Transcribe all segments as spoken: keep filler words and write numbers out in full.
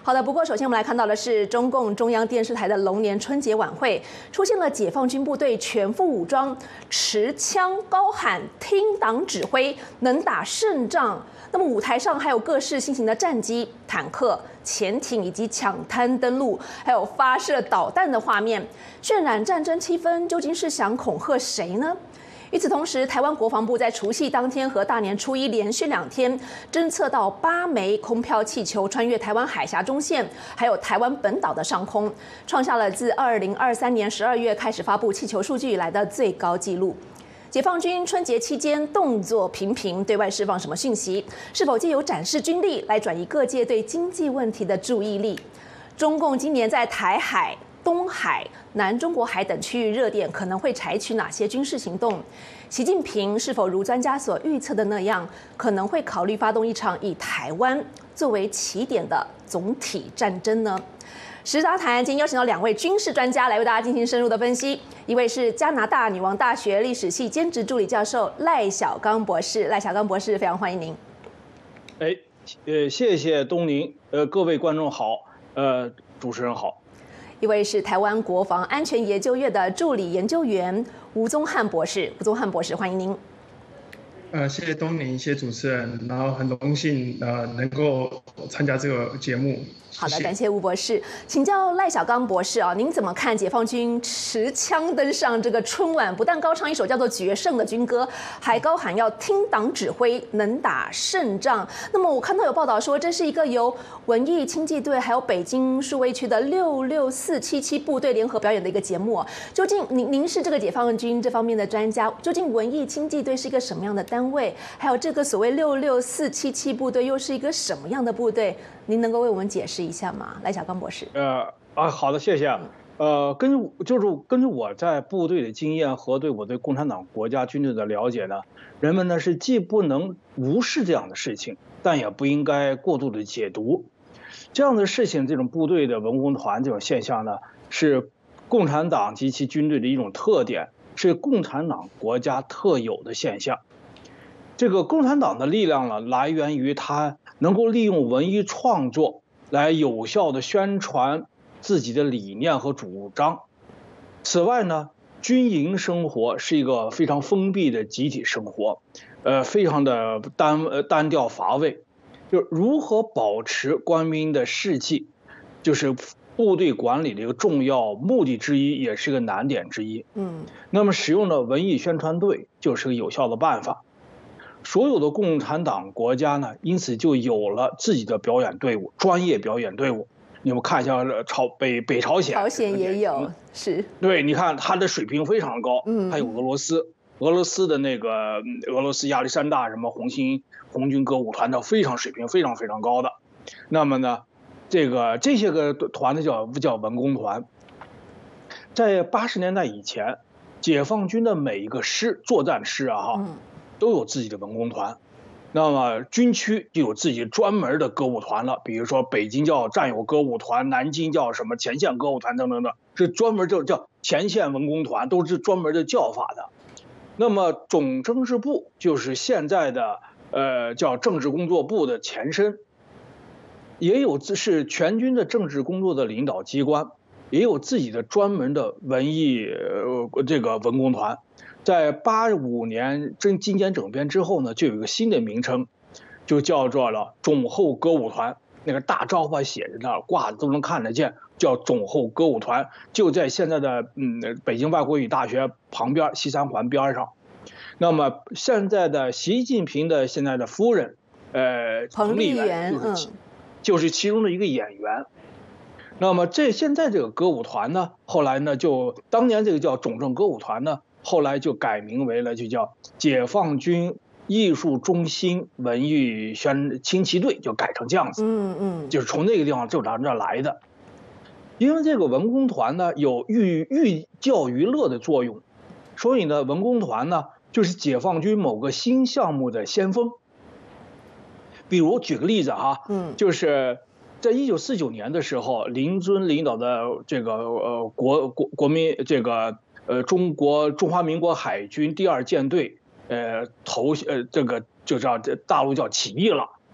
好的，不过首先我们来看到的是中共中央电视台的龙年春节晚会，出现了解放军部队全副武装，持枪高喊听党指挥，能打胜仗。那么舞台上还有各式新型的战机、坦克、潜艇以及抢滩登陆，还有发射导弹的画面，渲染战争气氛，究竟是想恐吓谁呢？与此同时，台湾国防部在除夕当天和大年初一连续两天侦测到八枚空飘气球穿越台湾海峡中线，还有台湾本岛的上空，创下了自二零二三年十二月开始发布气球数据以来的最高纪录。解放军春节期间动作频频，对外释放什么讯息？是否借由展示军力来转移各界对经济问题的注意力？中共今年在台海、东海、南中国海等区域热点可能会采取哪些军事行动？习近平是否如专家所预测的那样，可能会考虑发动一场以台湾作为起点的总体战争呢？时杂谈今天邀请到两位军事专家来为大家进行深入的分析，一位是加拿大女王大学历史系兼职助理教授赖小刚博士，赖小刚博士非常欢迎您。 哎，呃，谢谢东宁，呃，各位观众好，呃，主持人好。 一位是台湾国防安全研究院的助理研究员吴宗翰博士，吴宗翰博士欢迎您。 呃，谢谢东宁，谢谢主持人，然后很荣幸呃能够参加这个节目。 好的，感谢吴博士。请教赖小刚博士啊，您怎么看解放军持枪登上这个春晚，不但高唱一首叫做《决胜》的军歌，还高喊要听党指挥，能打胜仗？那么我看到有报道说，这是一个由文艺轻骑队还有北京数位区的六六四七七部队联合表演的一个节目。究竟您您是这个解放军这方面的专家，究竟文艺轻骑队是一个什么样的单位？还有这个所谓六六四七七部队又是一个什么样的部队？您能够为我们解释一下吗，赖小刚博士？ 呃啊，好的，谢谢。呃，根据就是根据我在部队的经验和对我对共产党国家军队的了解呢，人们呢是既不能无视这样的事情，但也不应该过度的解读这样的事情。这种部队的文工团这种现象呢，是共产党及其军队的一种特点，是共产党国家特有的现象。这个共产党的力量呢，来源于它能够利用文艺创作来有效的宣传自己的理念和主张。此外呢，军营生活是一个非常封闭的集体生活，呃，非常的单呃单调乏味。就如何保持官兵的士气，就是部队管理的一个重要目的之一，也是个难点之一。嗯，那么使用的文艺宣传队就是个有效的办法。所有的共产党国家呢，因此就有了自己的表演队伍，专业表演队伍。你们看一下朝北北朝鲜， 朝鲜也有，是对，你看它的水平非常高。嗯，还有俄罗斯，俄罗斯的那个俄罗斯亚历山大什么红星红军歌舞团的非常水平非常非常高的。那么呢，这个这些个团呢叫叫文工团。在八十年代以前，解放军的每一个师作战师啊哈。嗯，都有自己的文工团，那么军区就有自己专门的歌舞团了，比如说北京叫战友歌舞团，南京叫什么前线歌舞团等等等，是专门就叫前线文工团，都是专门的叫法的。那么总政治部就是现在的呃叫政治工作部的前身，也有是全军的政治工作的领导机关，也有自己的专门的文艺呃这个文工团。在八五年政精简整编之后呢，就有一个新的名称，就叫做了总后歌舞团。那个大招牌写着那儿，挂着都能看得见，叫总后歌舞团，就在现在的嗯北京外国语大学旁边西三环边上。那么现在的习近平的现在的夫人，呃， 彭丽媛， 就是、嗯、就是其中的一个演员。那么这现在这个歌舞团呢，后来呢就当年这个叫总政歌舞团呢。后来就改名为了，就叫解放军艺术中心文艺宣轻骑队，就改成这样子。嗯嗯，就是从那个地方就咱这来的。因为这个文工团呢有寓寓教于乐的作用，所以呢文工团呢就是解放军某个新项目的先锋。比如举个例子哈，嗯，就是在一九四九年的时候，林遵领导的这个呃国国国民这个。呃，中国中华民国海军第二舰队，呃，投呃这个就叫这大陆叫起义了。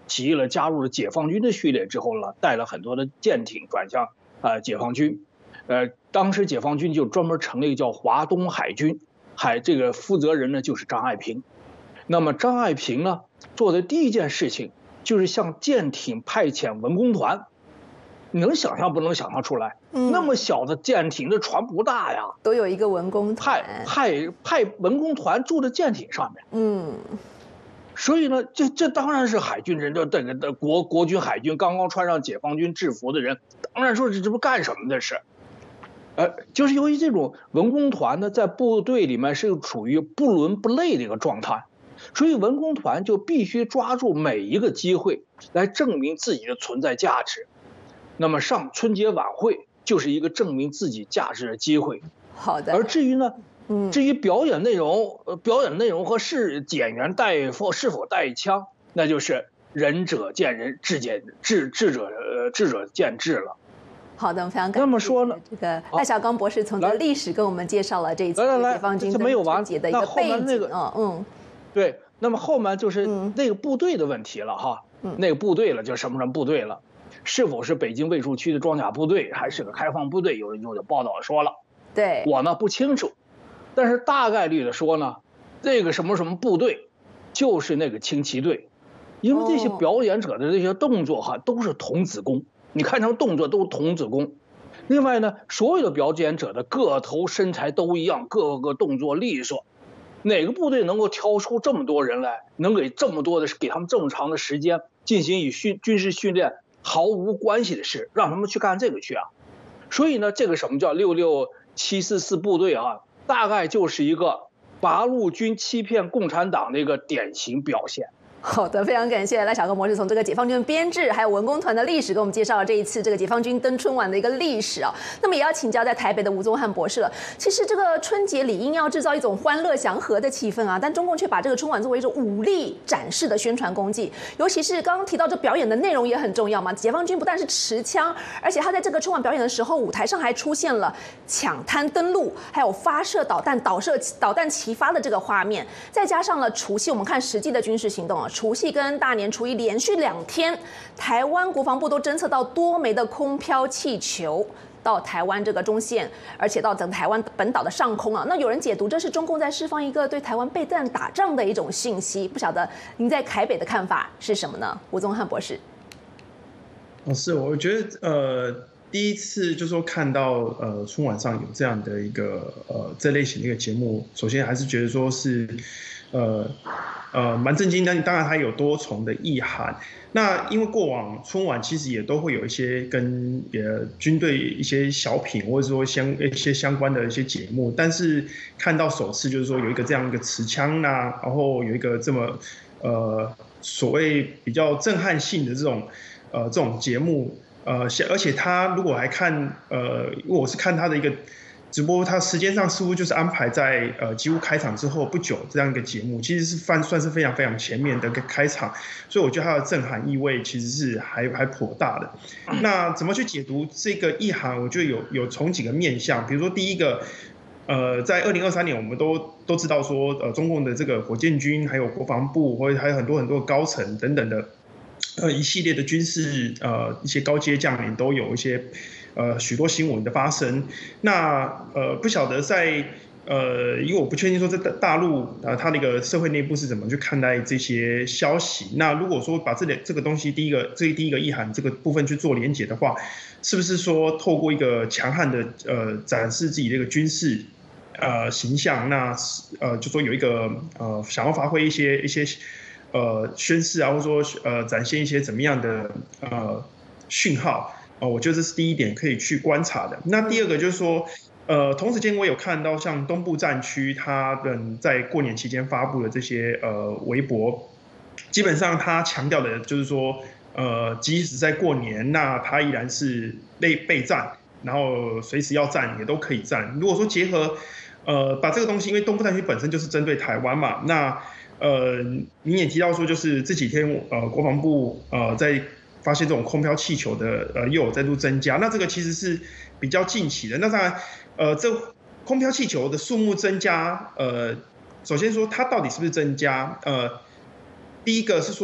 起义了，加入了解放军的序列之后呢，带了很多的舰艇转向呃解放军。呃，当时解放军就专门成立一个叫华东海军，海这个负责人呢就是张爱萍。那么张爱萍呢做的第一件事情就是向舰艇派遣文工团。你能想象不能想象出来？嗯、那么小的舰艇，这船不大呀， 都有一个文工团， 派派派文工团住在舰艇上面。嗯，所以呢，这这当然是海军人的这个的国国军海军刚刚穿上解放军制服的人，当然说这这不干什么的事。呃，就是由于这种文工团呢，在部队里面是处于不伦不类的一个状态，所以文工团就必须抓住每一个机会来证明自己的存在价值。那么上春节晚会就是一个证明自己价值的机会。 好的。 而至于呢，嗯，至于表演内容，呃，表演内容和是演员带否是否带枪，那就是仁者见仁，智见智智者呃智者见智了。 好的，非常感谢。 那么说呢， 这个赖小刚博士从这个历史跟我们介绍了这一次解放军没有完的一个背景。那、 个、嗯，对，那么后面就是那个部队的问题了哈，嗯、那个部队了，就什么什么部队了。是否是北京卫戍区的装甲部队，还是个开放部队？有有的报道说了， 对我呢不清楚，但是大概率的说呢，这个什么什么部队，就是那个轻骑队，因为这些表演者的这些动作哈都是童子功，你看他们动作都是童子功。另外呢，所有的表演者的个头身材都一样，各个动作利索。哪个部队能够挑出这么多人来，能给这么多的给他们这么长的时间进行与训军事训练毫无关系的事，让他们去干这个去啊？所以呢，这个什么叫六六七四四部队啊，大概就是一个八路军欺骗共产党的一个典型表现。 好的，非常感谢赖小刚博士从这个解放军编制还有文工团的历史给我们介绍了这一次这个解放军登春晚的一个历史啊。那么也要请教在台北的吴宗翰博士了。其实这个春节理应要制造一种欢乐祥和的气氛啊，但中共却把这个春晚作为一种武力展示的宣传工具。尤其是刚刚提到这表演的内容也很重要嘛，解放军不但是持枪，而且他在这个春晚表演的时候，舞台上还出现了抢滩登陆，还有发射导弹、导射导弹齐发的这个画面，再加上了除夕，我们看实际的军事行动啊。除夕跟大年初一连续两天，台湾国防部都侦测到多枚的空飘气球到台湾这个中线，而且到整台湾本岛的上空啊。那有人解读这是中共在释放一个对台湾备战打仗的一种信息，不晓得您在台北的看法是什么呢？吴宗翰博士。 哦，是，我觉得呃，第一次就说看到呃春晚上有这样的一个呃这类型的一个节目，首先还是觉得说是呃。呃，蛮震惊，但当然还有多重的意涵。那因为过往春晚其实也都会有一些跟呃军队一些小品，或者说相一些相关的一些节目，但是看到首次就是说有一个这样一个持枪呐、啊，然后有一个这么呃所谓比较震撼性的这种呃这种节目，呃，而且他如果还看呃，因为我是看他的一个直播，它时间上似乎就是安排在呃几乎开场之后不久这样一个节目，其实是算算是非常非常前面的一个开场，所以我觉得它的震撼意味其实是还还颇大的。那怎么去解读这个意涵？我觉得有有从几个面向，比如说第一个，呃，在二零二三年我们都都知道说，呃，中共的这个火箭军还有国防部，或者还有很多很多高层等等的，呃，一系列的军事呃一些高阶将领都有一些。呃，许多新闻的发生，那呃不晓得在呃，因为我不确定说在大陆呃它那个社会内部是怎么去看待这些消息。那如果说把这个这个东西第一个这第一个意涵这个部分去做连结的话，是不是说透过一个强悍的呃展示自己的一个军事呃形象，那呃就说有一个呃想要发挥一些一些呃宣示啊，或者说呃展现一些怎么样的呃讯号？哦，我觉得这是第一点可以去观察的。那第二个就是说，呃，同时间我有看到像东部战区他们在过年期间发布的这些呃微博，基本上他强调的就是说，呃，即使在过年，那他依然是备备战，然后随时要战也都可以战。如果说结合呃把这个东西，因为东部战区本身就是针对台湾嘛，那呃你也提到说，就是这几天呃国防部呃在发现这种空飘气球的呃又有再度增加，那这个其实是比较近期的。那当然，呃，这空飘气球的数目增加，呃，首先说它到底是不是增加？呃，第一个是说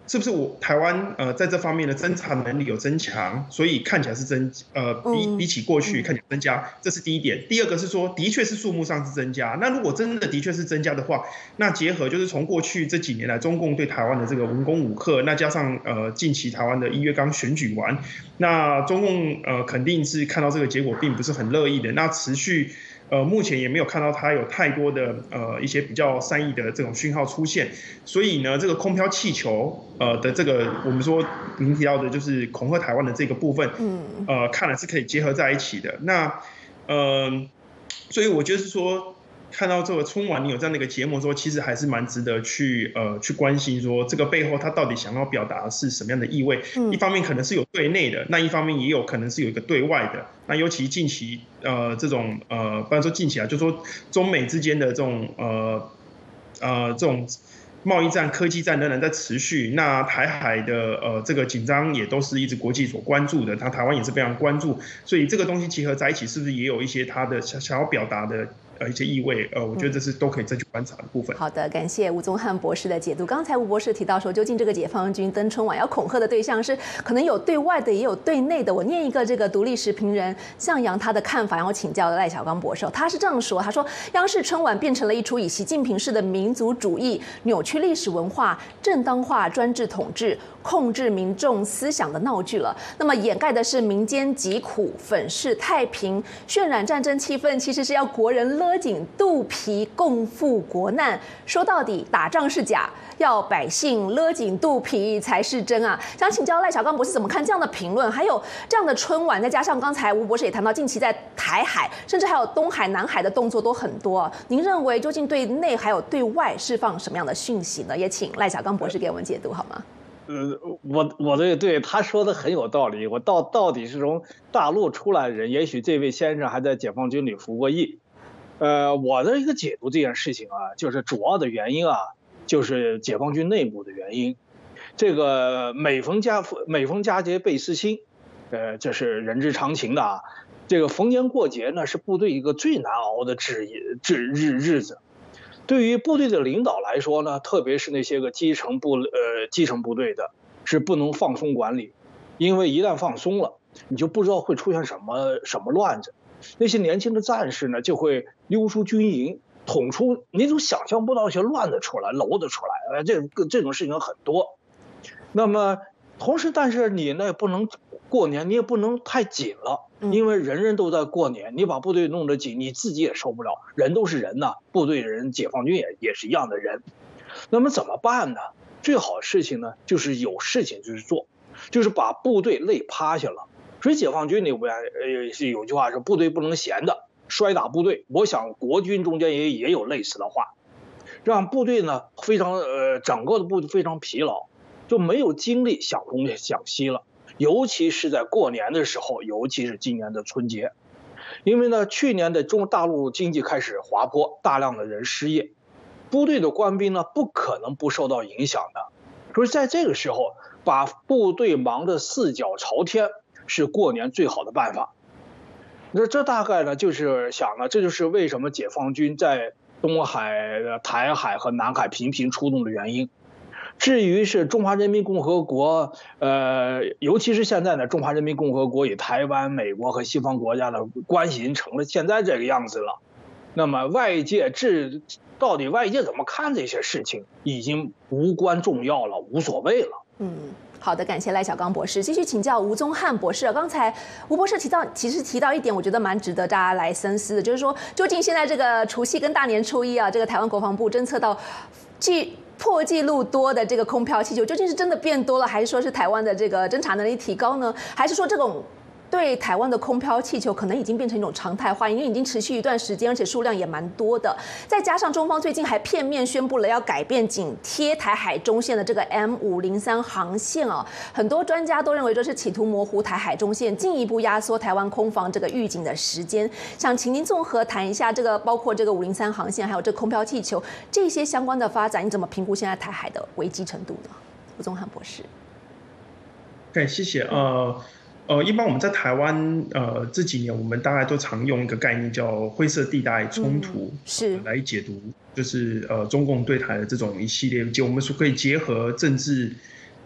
是不是我台湾呃在这方面的侦查能力有增强，所以看起来是增呃比比起过去看起来增加，这是第一点。第二个是说，的确是数目上是增加。那如果真的的确是增加的话，那结合就是从过去这几年来中共对台湾的这个文攻武吓，那加上呃近期台湾的一月刚选举完，那中共呃肯定是看到这个结果并不是很乐意的，那持续。呃，目前也没有看到它有太多的呃一些比较善意的这种讯号出现，所以呢，这个空飘气球呃的这个我们说您提到的就是恐吓台湾的这个部分，嗯，呃，看来是可以结合在一起的。那呃，所以我就是说。看到这个春晚，你有这样的一个节目，说其实还是蛮值得去呃去关心，说这个背后他到底想要表达的是什么样的意味？嗯、一方面可能是有对内的，那一方面也有可能是有一个对外的。那尤其近期呃这种呃，不然说近期啊，就说中美之间的这种呃呃这种贸易战、科技战仍然在持续。那台海的呃这个紧张也都是一直国际所关注的，他台湾也是非常关注，所以这个东西结合在一起，是不是也有一些他的想想要表达的？呃，一些意味，呃，我觉得这是都可以再去观察的部分。 好的，感谢吴宗翰博士的解读。刚才吴博士提到说，究竟这个解放军登春晚要恐吓的对象是可能有对外的，也有对内的。我念一个这个独立时评人向阳他的看法，然后请教赖小刚博士。他是这样说，他说，央视春晚变成了一出以习近平式的民族主义扭曲历史文化、正当化专制统治、控制民众思想的闹剧了。那么掩盖的是民间疾苦，粉饰太平，渲染战争气氛，其实是要国人勒紧肚皮共赴国难。说到底，打仗是假，要百姓勒紧肚皮才是真啊！想请教赖小刚博士怎么看这样的评论？还有这样的春晚，再加上刚才吴博士也谈到，近期在台海，甚至还有东海、南海的动作都很多。您认为究竟对内还有对外释放什么样的讯息呢？也请赖小刚博士给我们解读好吗？ 呃，我我这对他说的很有道理。我到到底是从大陆出来的人，也许这位先生还在解放军里服过役。呃，我的一个解读这件事情啊，就是主要的原因啊，就是解放军内部的原因。这个每逢佳每逢佳节倍思亲，呃，这是人之常情的啊。这个逢年过节呢，是部队一个最难熬的日日日日子。对于部队的领导来说呢，特别是那些个基层部呃基层部队的，是不能放松管理，因为一旦放松了，你就不知道会出现什么什么乱子。那些年轻的战士呢，就会溜出军营，捅出你都想象不到一些乱子出来、篓子出来，呃，这个这种事情很多。那么同时，但是你呢不能过年，你也不能太紧了，因为人人都在过年，你把部队弄得紧，你自己也受不了。人都是人呐，部队的人、解放军也也是一样的人。那么怎么办呢？最好的事情呢，就是有事情就是做，就是把部队累趴下了。所以解放军里边呃是有句话是部队不能闲的，摔打部队。我想国军中间也也有类似的话，让部队呢非常呃整个的部队非常疲劳，就没有精力想东想西了。尤其是在过年的时候，尤其是今年的春节，因为呢去年的中国大陆经济开始滑坡，大量的人失业，部队的官兵呢不可能不受到影响的。所以在这个时候，把部队忙得四脚朝天，是过年最好的办法。那这大概呢就是想呢，这就是为什么解放军在东海、台海和南海频频出动的原因。至于是中华人民共和国，呃，尤其是现在呢，中华人民共和国与台湾、美国和西方国家的关系已经成了现在这个样子了。那么外界至到底外界怎么看这些事情，已经无关重要了，无所谓了。 嗯。好的，感谢赖小刚博士。继续请教吴宗翰博士。刚才吴博士提到，其实提到一点，我觉得蛮值得大家来深思的，就是说，究竟现在这个除夕跟大年初一啊，这个台湾国防部侦测到记破纪录多的这个空飘气球，究竟是真的变多了，还是说是台湾的这个侦察能力提高呢？还是说这种对台湾的空飘气球可能已经变成一种常态化，因为已经持续一段时间，而且数量也蛮多的。再加上中方最近还片面宣布了要改变紧贴台海中线的这个 M 五零三航线哦，很多专家都认为这是企图模糊台海中线，进一步压缩台湾空防这个预警的时间。想请您综合谈一下这个，包括这个五零三航线，还有这个空飘气球这些相关的发展，你怎么评估现在台海的危机程度呢？吴宗翰博士。 对，谢谢。呃。呃，一般我们在台湾，呃，这几年我们大概都常用一个概念叫灰色地带冲突，嗯、是来解读，就是呃中共对台的这种一系列，就我们说可以结合政治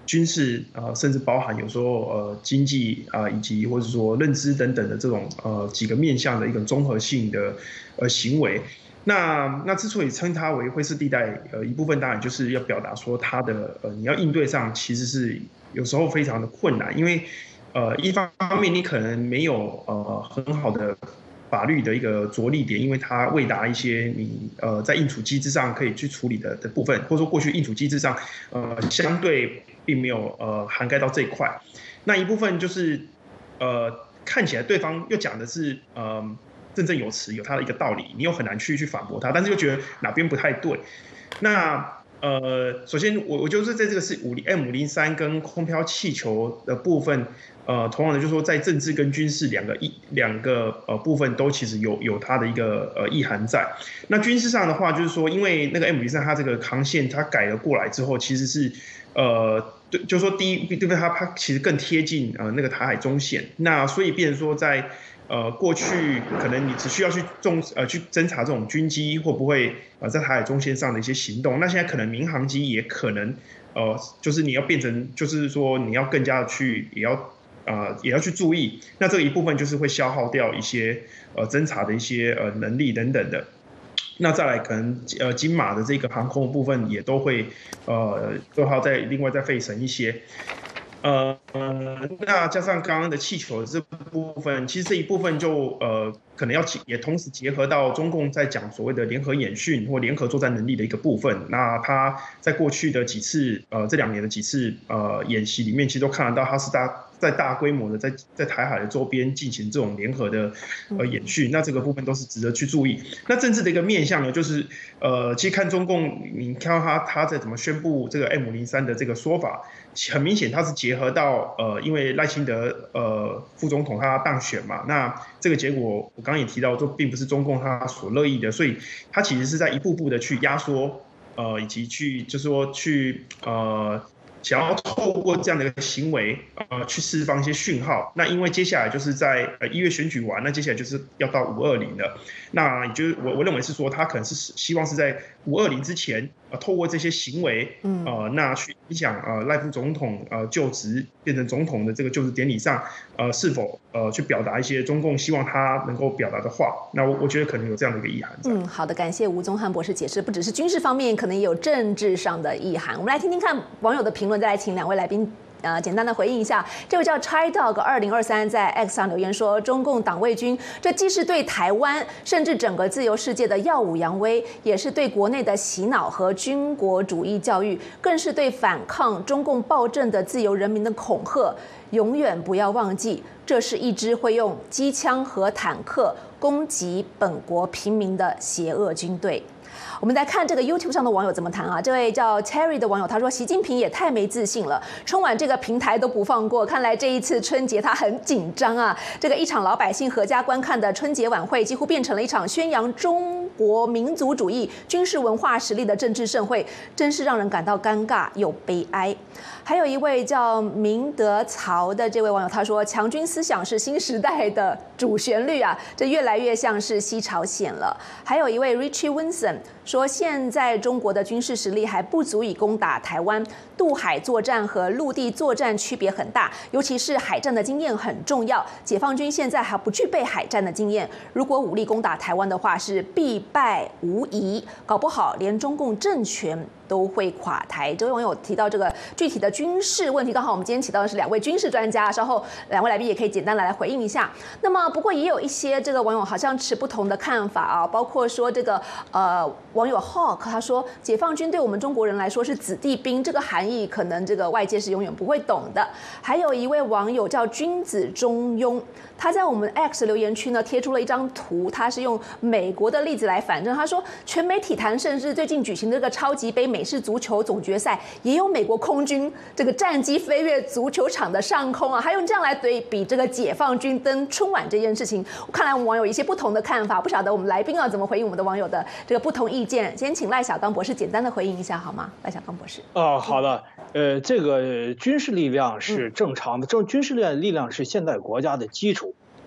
军事呃，甚至包含有时候呃经济啊、呃，以及或者说认知等等的这种呃几个面向的一个综合性的呃行为。那那之所以称它为灰色地带，呃，一部分当然就是要表达说它的呃你要应对上其实是有时候非常的困难，因为呃一方面你可能没有呃很好的法律的一个着力点，因为它未达一些你呃在应处机制上可以去处理的的部分，或者说过去应处机制上呃相对并没有呃涵盖到这一块。那一部分就是呃看起来对方又讲的是呃。振振有词，有他的一个道理，你又很难去去反驳他，但是又觉得哪边不太对。那呃，首先我我就是在这个是五零 M 五零三跟空飘气球的部分，呃，同样的就是说在政治跟军事两个意两个呃部分都其实有有它的一个呃意涵在。那军事上的话，就是说因为那个 M 五零三它这个航线它改了过来之后，其实是呃。对，就是说第一，对不对？它它其实更贴近呃那个台海中线，那所以变成说在呃过去可能你只需要去重呃去侦查这种军机会不会呃在台海中线上的一些行动，那现在可能民航机也可能呃就是你要变成就是说你要更加的去也要呃也要去注意，那这一部分就是会消耗掉一些呃侦查的一些呃能力等等的。那再来可能呃金马的这个航空的部分也都会呃都还要再另外再费神一些，呃那加上刚刚的气球的这部分，其实这一部分就呃可能要也同时结合到中共在讲所谓的联合演训或联合作战能力的一个部分。那他在过去的几次呃这两年的几次呃演习里面，其实都看得到他是大。在大规模的在在台海的周边进行这种联合的呃演训，那这个部分都是值得去注意。那政治的一个面向呢，就是呃，其实看中共，你看到他他在怎么宣布这个 M 零三的这个说法，很明显他是结合到呃，因为赖清德呃副总统他当选嘛，那这个结果我刚刚也提到，就并不是中共他所乐意的，所以他其实是在一步步的去压缩呃，以及去就是说去呃。想要透过这样的一个行为，呃，去释放一些讯号。那因为接下来就是在呃一月选举完，那接下来就是要到五二零了。那也就是我我认为是说，他可能是希望是在五二零之前，呃，透过这些行为，呃，那去影响呃赖副总统呃就职变成总统的这个就职典礼上，呃，是否呃去表达一些中共希望他能够表达的话。那我我觉得可能有这样的一个意涵在。 嗯，好的，感谢吴宗翰博士解释，不只是军事方面，可能也有政治上的意涵。我们来听听看网友的评论。再来请两位来宾，呃，简单的回应一下。这位叫 Chai Dog 二零二三在 X 上留言说，中共党卫军这既是对台湾甚至整个自由世界的耀武扬威，也是对国内的洗脑和军国主义教育，更是对反抗中共暴政的自由人民的恐吓。永远不要忘记，这是一支会用机枪和坦克攻击本国平民的邪恶军队。我们来看这个 YouTube 上的网友怎么谈啊？这位叫 Terry 的网友他说：“习近平也太没自信了，春晚这个平台都不放过，看来这一次春节他很紧张啊。这个一场老百姓合家观看的春节晚会，几乎变成了一场宣扬中国民族主义、军事文化实力的政治盛会，真是让人感到尴尬又悲哀。”还有一位叫明德曹的这位网友他说：“强军思想是新时代的主旋律啊，这越来越像是西朝鲜了。”还有一位 Richie Wilson 说：“现在中国的军事实力还不足以攻打台湾，渡海作战和陆地作战区别很大，尤其是海战的经验很重要。解放军现在还不具备海战的经验，如果武力攻打台湾的话，是必败无疑，搞不好连中共政权都会垮台。”这位网友提到这个具体的军事问题，刚好我们今天请到的是两位军事专家，稍后两位来宾也可以简单来回应一下。那么不过也有一些这个网友好像持不同的看法啊，包括说这个呃网友 Hawk 他说，解放军对我们中国人来说是子弟兵，这个含义可能这个外界是永远不会懂的。还有一位网友叫君子中庸，他在我们 X 留言区呢贴出了一张图，他是用美国的例子来反证。他说，全美体坛甚至最近举行的这个超级杯美式足球总决赛，也有美国空军这个战机飞越足球场的上空啊，还用这样来对比这个解放军登春晚这件事情。看来我们网友一些不同的看法，不晓得我们来宾要怎么回应我们的网友的这个不同意见。先请赖小刚博士简单的回应一下好吗？赖小刚博士。 哦，好的。呃，这个军事力量是正常的，这军事力量是现代国家的基础。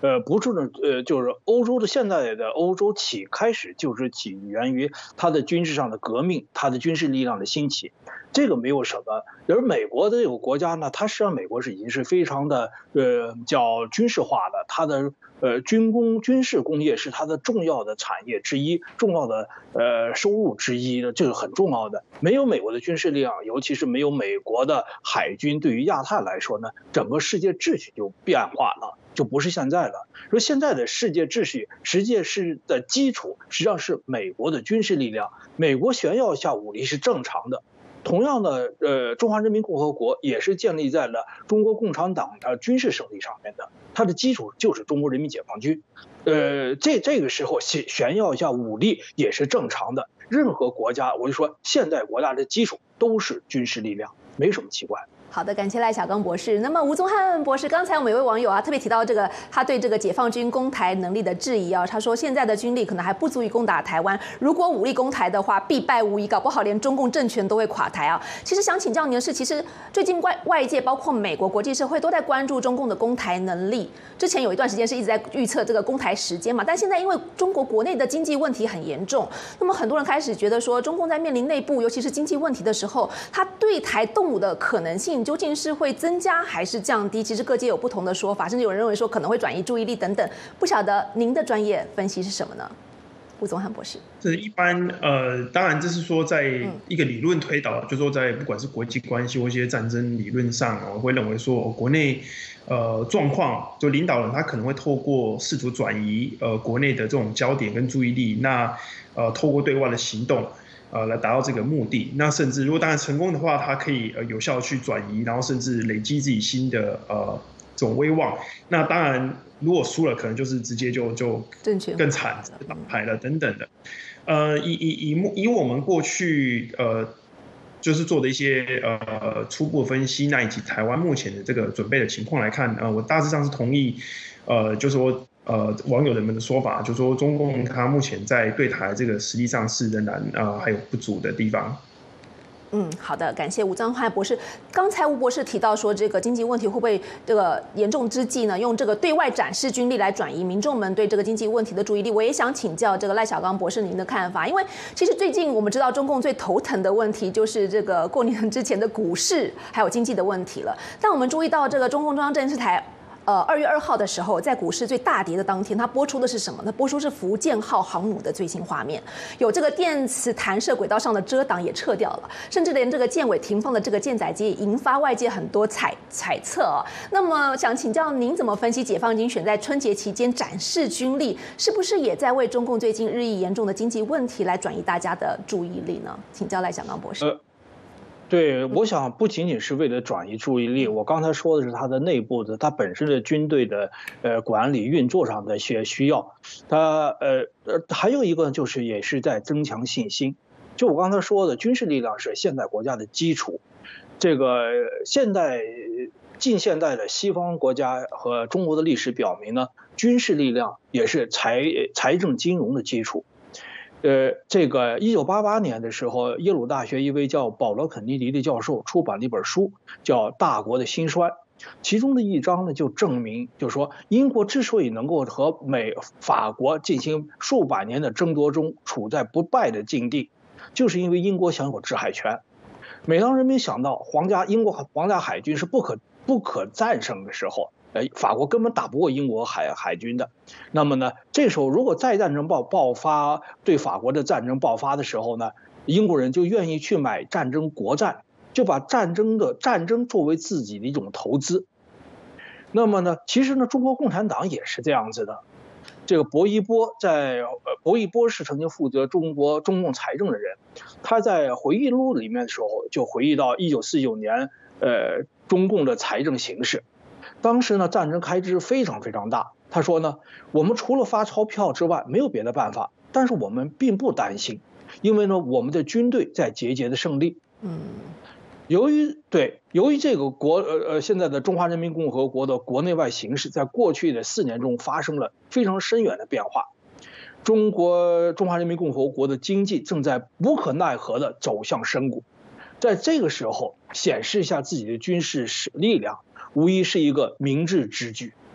呃，不是呢，呃，就是欧洲的现在的欧洲起开始就是起源于它的军事上的革命，它的军事力量的兴起，这个没有什么。而美国的这个国家呢，它实际上美国是已经是非常的呃叫军事化的，它的呃军工军事工业是它的重要的产业之一，重要的呃收入之一的，这个很重要的。没有美国的军事力量，尤其是没有美国的海军，对于亚太来说呢，整个世界秩序就变化了。就不是现在了。说现在的世界秩序，世界是的基础实际上是美国的军事力量，美国炫耀一下武力是正常的。同样的，呃，中华人民共和国也是建立在了中国共产党的军事胜利上面的，它的基础就是中国人民解放军。呃，这这个时候炫炫耀一下武力也是正常的。任何国家，我就说现代国家的基础都是军事力量，没什么奇怪。 好的，感谢赖小刚博士。那么吴宗翰博士，刚才我们有位网友啊特别提到这个他对这个解放军攻台能力的质疑啊，他说现在的军力可能还不足以攻打台湾，如果武力攻台的话，必败无疑，搞不好连中共政权都会垮台啊。其实想请教您的是，其实最近外外界包括美国国际社会都在关注中共的攻台能力。之前有一段时间是一直在预测这个攻台时间嘛，但现在因为中国国内的经济问题很严重，那么很多人开始觉得说，中共在面临内部尤其是经济问题的时候，他对台动武的可能性究竟是会增加还是降低？其实各界有不同的说法，甚至有人认为说可能会转移注意力等等。不晓得您的专业分析是什么呢？吴宗翰博士， 这一般呃，当然这是说在一个理论推导，嗯、就说在不管是国际关系或一些战争理论上，我会认为说、哦、国内呃状况，就领导人他可能会透过试图转移呃国内的这种焦点跟注意力，那呃透过对外的行动。呃，来达到这个目的。那甚至如果当然成功的话，它可以呃有效去转移，然后甚至累积自己新的呃这种威望。那当然，如果输了，可能就是直接就就更惨，倒台了等等的。呃，以以以以我们过去呃就是做的一些呃初步分析，那以及台湾目前的这个准备的情况来看，呃，我大致上是同意，呃，就是说。呃，网友人们的说法，就说中共他目前在对台这个实力上是仍然呃还有不足的地方。 嗯，好的，感谢吴宗翰博士。刚才吴博士提到说，这个经济问题会不会这个严重之际呢，用这个对外展示军力来转移民众们对这个经济问题的注意力？我也想请教这个赖小刚博士您的看法，因为其实最近我们知道中共最头疼的问题就是这个过年之前的股市还有经济的问题了。但我们注意到这个中共中央电视台。呃，二月二号的时候，在股市最大跌的当天，它播出的是什么呢？播出是福建号航母的最新画面，有这个电磁弹射轨道上的遮挡也撤掉了，甚至连这个舰尾停放的这个舰载机也引发外界很多猜猜测哦。那么，想请教您怎么分析解放军选在春节期间展示军力，是不是也在为中共最近日益严重的经济问题来转移大家的注意力呢？请教赖小刚博士。呃对，我想不仅仅是为了转移注意力，我刚才说的是它的内部的，它本身的军队的呃管理运作上的一些需要，它呃呃还有一个就是也是在增强信心。就我刚才说的，军事力量是现代国家的基础，这个现代近现代的西方国家和中国的历史表明呢，军事力量也是财财政金融的基础。呃，这个一九八八年的时候，耶鲁大学一位叫保罗·肯尼迪的教授出版了一本书，叫《大国的兴衰》，其中的一章呢就证明，就说英国之所以能够和美、法国进行数百年的争夺中处在不败的境地，就是因为英国享有制海权。每当人民想到皇家英国皇家海军是不可不可战胜的时候，呃，法国根本打不过英国海海军的。那么呢，这时候如果再战争爆爆发，对法国的战争爆发的时候呢，英国人就愿意去买战争国债，就把战争的战争作为自己的一种投资。那么呢，其实呢，中国共产党也是这样子的。这个薄一波在呃，薄一波是曾经负责中国中共财政的人，他在回忆录里面的时候就回忆到一九四九年，呃，中共的财政形势。当时呢，战争开支非常非常大。他说呢，我们除了发钞票之外，没有别的办法。但是我们并不担心，因为呢，我们的军队在节节的胜利。嗯，由于对，由于这个国呃呃现在的中华人民共和国的国内外形势，在过去的四年中发生了非常深远的变化。中国中华人民共和国的经济正在无可奈何的走向深谷，在这个时候显示一下自己的军事力量，无疑是一个明智之举。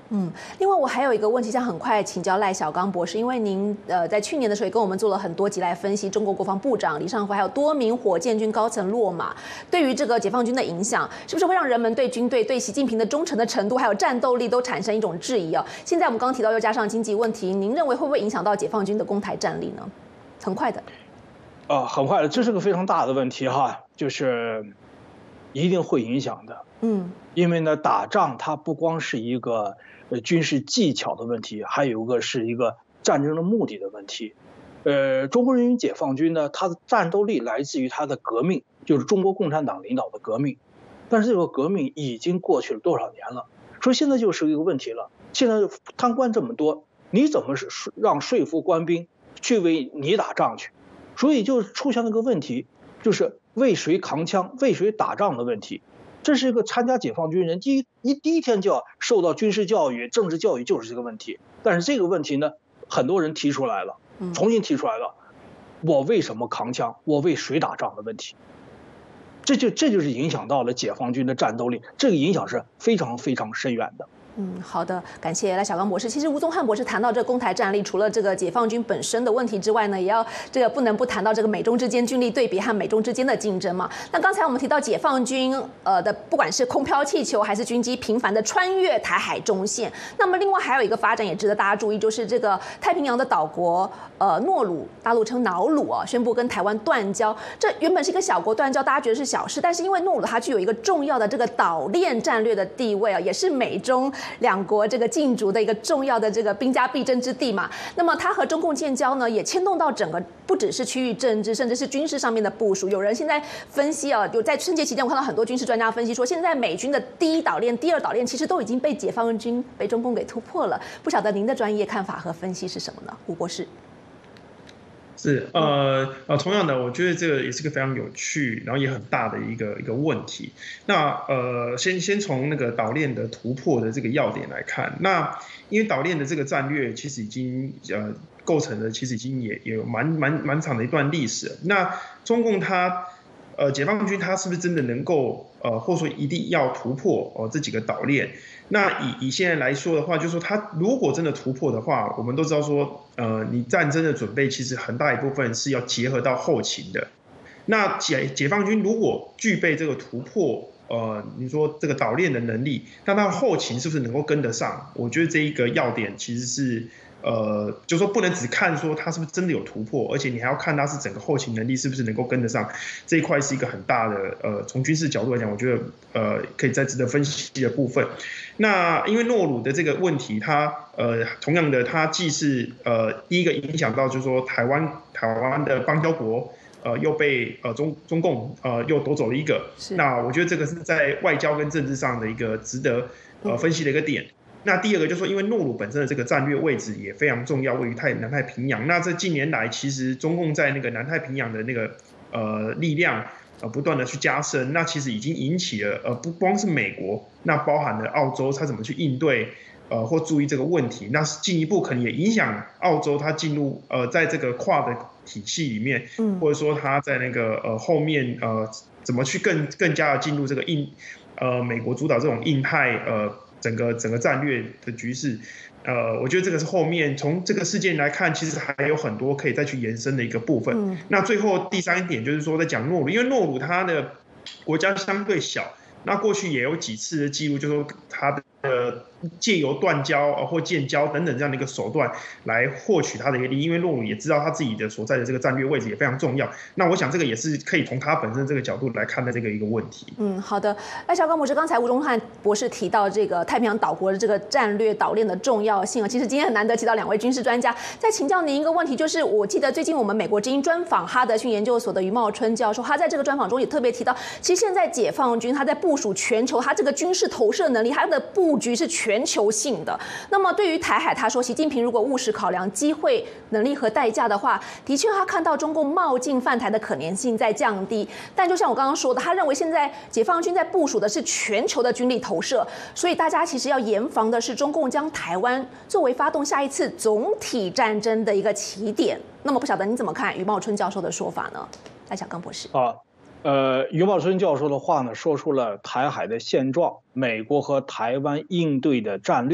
嗯，另外我还有一个问题，想很快请教赖小刚博士，因为您呃在去年的时候也跟我们做了很多集来分析中国国防部长李尚福还有多名火箭军高层落马对于这个解放军的影响，是不是会让人们对军队对习近平的忠诚的程度还有战斗力都产生一种质疑啊？现在我们刚刚提到又加上经济问题，您认为会不会影响到解放军的攻台战力呢？很快的。 啊、呃，很快的，这是个非常大的问题哈，就是一定会影响的。嗯，因为呢，打仗它不光是一个呃军事技巧的问题，还有一个是一个战争的目的的问题。呃，中国人民解放军呢，它的战斗力来自于它的革命，就是中国共产党领导的革命。但是这个革命已经过去了多少年了？所以现在就是一个问题了。现在贪官这么多，你怎么是让说服官兵去为你打仗去？所以就出现了个问题，就是为谁扛枪、为谁打仗的问题。这是一个参加解放军人第一一第一天就要受到军事教育、政治教育，就是这个问题。但是这个问题呢，很多人提出来了，重新提出来了，我为什么扛枪？我为谁打仗的问题。这就这就是影响到了解放军的战斗力，这个影响是非常非常深远的。 嗯，好的，感谢赖小刚博士。其实吴宗翰博士谈到这个攻台战力，除了这个解放军本身的问题之外呢，也要这个不能不谈到这个美中之间军力对比和美中之间的竞争嘛。那刚才我们提到解放军呃的不管是空飘气球还是军机频繁的穿越台海中线，那么另外还有一个发展也值得大家注意，就是这个太平洋的岛国呃诺鲁，大陆称瑙鲁啊，宣布跟台湾断交。这原本是一个小国断交，大家觉得是小事，但是因为诺鲁它具有一个重要的这个岛链战略的地位啊，也是美中两国这个竞逐的一个重要的这个兵家必争之地嘛。那么它和中共建交呢，也牵动到整个不只是区域政治，甚至是军事上面的部署。有人现在分析啊，有在春节期间，我看到很多军事专家分析说，现在美军的第一岛链、第二岛链其实都已经被解放军、被中共给突破了。不晓得您的专业看法和分析是什么呢，吴博士？ 是呃呃，同样的，我觉得这个也是个非常有趣，然后也很大的一个一个问题。那呃，先先从那个岛链的突破的这个要点来看，那因为岛链的这个战略其实已经呃构成了，其实已经也也有蛮蛮蛮长的一段历史了。那中共它呃解放军它是不是真的能够呃或者说一定要突破哦、呃、这几个岛链？那以以现在来说的话，就是说它如果真的突破的话，我们都知道说，呃，你战争的准备其实很大一部分是要结合到后勤的。那解解放军如果具备这个突破，呃，你说这个岛链的能力，那它后勤是不是能够跟得上？我觉得这一个要点其实是。呃，就说不能只看说它是不是真的有突破，而且你还要看它是整个后勤能力是不是能够跟得上，这一块是一个很大的呃，从军事角度来讲，我觉得呃可以再值得分析的部分。那因为诺鲁的这个问题，它呃同样的，它既是呃第一个影响到就是说台湾台湾的邦交国。呃，又被呃中中共呃又夺走了一个，那我觉得这个是在外交跟政治上的一个值得呃分析的一个点。那第二个就是说，因为诺鲁本身的这个战略位置也非常重要，位于太南太平洋。那这近年来，其实中共在那个南太平洋的那个呃力量呃不断的去加深，那其实已经引起了呃不光是美国，那包含了澳洲，它怎么去应对呃或注意这个问题，那进一步可能也影响澳洲它进入呃在这个跨的体系里面，或者说它在那个呃后面呃怎么去更更加的进入这个印呃美国主导这种印太呃。整个整个战略的局势，呃，我觉得这个是后面从这个事件来看，其实还有很多可以再去延伸的一个部分。嗯、那最后第三点就是说，在讲诺鲁，因为诺鲁它的国家相对小，那过去也有几次的记录，就是说它的。呃，借由断交呃或建交等等这样的一个手段来获取他的一个利益，因为诺鲁也知道他自己的所在的这个战略位置也非常重要。那我想这个也是可以从他本身这个角度来看待这个一个问题。 嗯，好的。赖小刚博士，刚才吴宗翰博士提到这个太平洋岛国的这个战略岛链的重要性啊，其实今天很难得提到两位军事专家。再请教您一个问题，就是我记得最近我们美国之音专访哈德逊研究所的余茂春教授，他在这个专访中也特别提到，其实现在解放军他在部署全球，他这个军事投射能力，他的布局是全球性的。那么对于台海，他说习近平如果务实考量机会、能力和代价的话，的确他看到中共冒进犯台的可能性在降低。但就像我刚刚说的，他认为现在解放军在部署的是全球的军力投射，所以大家其实要严防的是中共将台湾作为发动下一次总体战争的一个起点。那么不晓得你怎么看余茂春教授的说法呢？赖小刚博士。 啊。呃，余茂春教授的话呢，说出了台海的现状，美国和台湾应对的战略，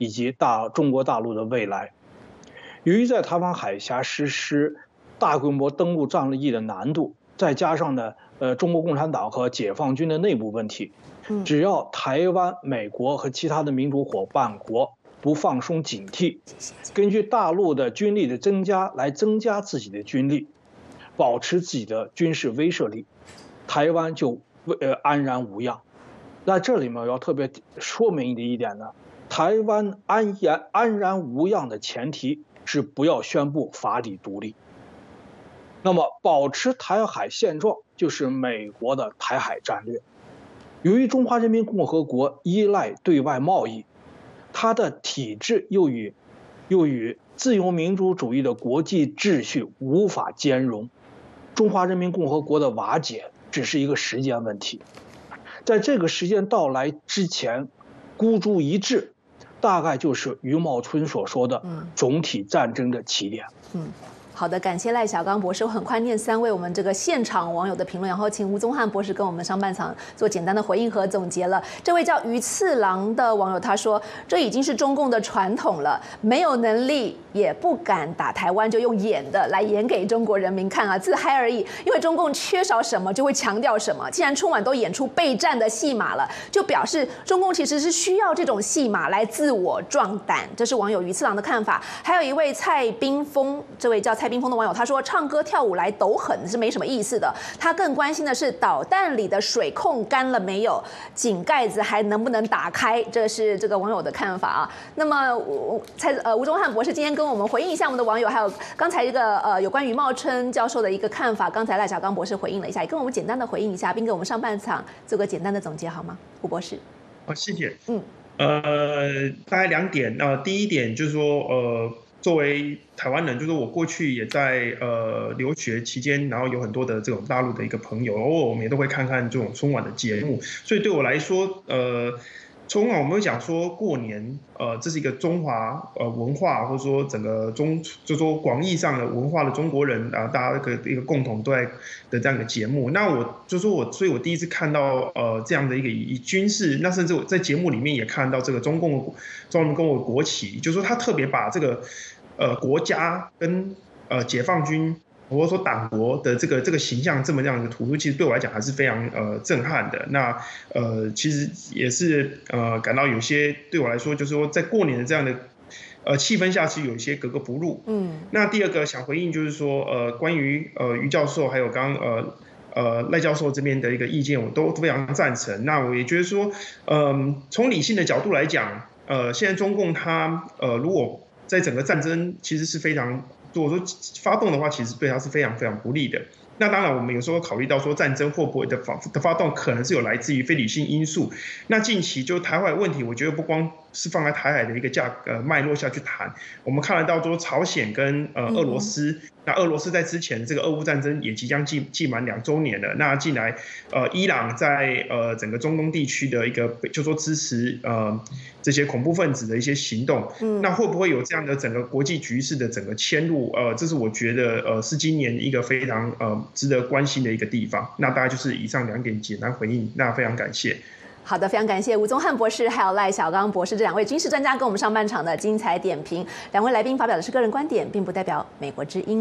以及大中国大陆的未来。由于在台湾海峡实施大规模登陆战役的难度，再加上呢，呃，中国共产党和解放军的内部问题，只要台湾、美国和其他的民主伙伴国不放松警惕，根据大陆的军力的增加来增加自己的军力，保持自己的军事威慑力，台湾就呃安然无恙。那这里面要特别说明的一点呢，台湾安然安然无恙的前提是不要宣布法理独立。那么保持台海现状就是美国的台海战略。由于中华人民共和国依赖对外贸易，它的体制又与又与自由民主主义的国际秩序无法兼容，中华人民共和国的瓦解只是一个时间问题。在这个时间到来之前，孤注一掷，大概就是余茂春所说的总体战争的起点。 嗯。好的，感谢赖小刚博士。我很快念三位我们这个现场网友的评论，然后请吴宗翰博士跟我们上半场做简单的回应和总结了。这位叫鱼次郎的网友他说，这已经是中共的传统了，没有能力也不敢打台湾，就用演的来演给中国人民看啊，自嗨而已。因为中共缺少什么就会强调什么，既然春晚都演出备战的戏码了，就表示中共其实是需要这种戏码来自我壮胆。这是网友鱼次郎的看法。还有一位蔡冰峰，这位叫蔡冰峰的网友他说，唱歌跳舞来抖狠是没什么意思的，他更关心的是导弹里的水控干了没有，井盖子还能不能打开，这是这个网友的看法啊。那么蔡呃吴宗翰博士今天跟我们回应一下我们的网友，还有刚才这个呃有关于茂春教授的一个看法，刚才赖小刚博士回应了一下，也跟我们简单的回应一下，并给我们上半场做个简单的总结好吗？吴博士。 好，谢谢。 嗯， 呃，大概两点。呃，第一点就是说，呃。作为台湾人，就是我过去也在呃留学期间，然后有很多的这种大陆的一个朋友，偶尔我们也都会看看这种春晚的节目，所以对我来说，呃，春晚我们会讲说过年，呃，这是一个中华呃文化，或者说整个中，就说广义上的文化的中国人啊、呃，大家一个一个共同对的这样的节目。那我就说我，所以我第一次看到呃这样的一个以军事，那甚至我在节目里面也看到这个中共中华人民共和国国旗，就是说他特别把这个。呃，国家跟呃解放军或者说党国的这个这个形象这么样的突出，其实对我来讲还是非常呃震撼的。那呃，其实也是呃感到有些对我来说，就是说在过年的这样的呃气氛下，是有一些格格不入。嗯。那第二个想回应就是说，呃，关于呃于教授还有刚刚呃呃赖教授这边的一个意见，我都非常赞成。那我也觉得说，嗯、呃，从理性的角度来讲，呃，现在中共它呃如果在整个战争其实是非常，如果说发动的话，其实对它是非常非常不利的。那当然，我们有时候考虑到说战争会不会的发的发动，可能是有来自于非理性因素。那近期就台海问题，我觉得不光是放在台海的一个价呃脉络下去谈，我们看得到说朝鲜跟呃俄罗斯，嗯、那俄罗斯在之前这个俄乌战争也即将季季满两周年了。那近来呃伊朗在呃整个中东地区的一个就说支持呃这些恐怖分子的一些行动，嗯、那会不会有这样的整个国际局势的整个迁入？呃，这是我觉得呃是今年一个非常呃值得关心的一个地方。那大概就是以上两点简单回应，那非常感谢。 好的，非常感谢吴宗翰博士还有赖小刚博士这两位军事专家跟我们上半场的精彩点评。两位来宾发表的是个人观点，并不代表美国之音。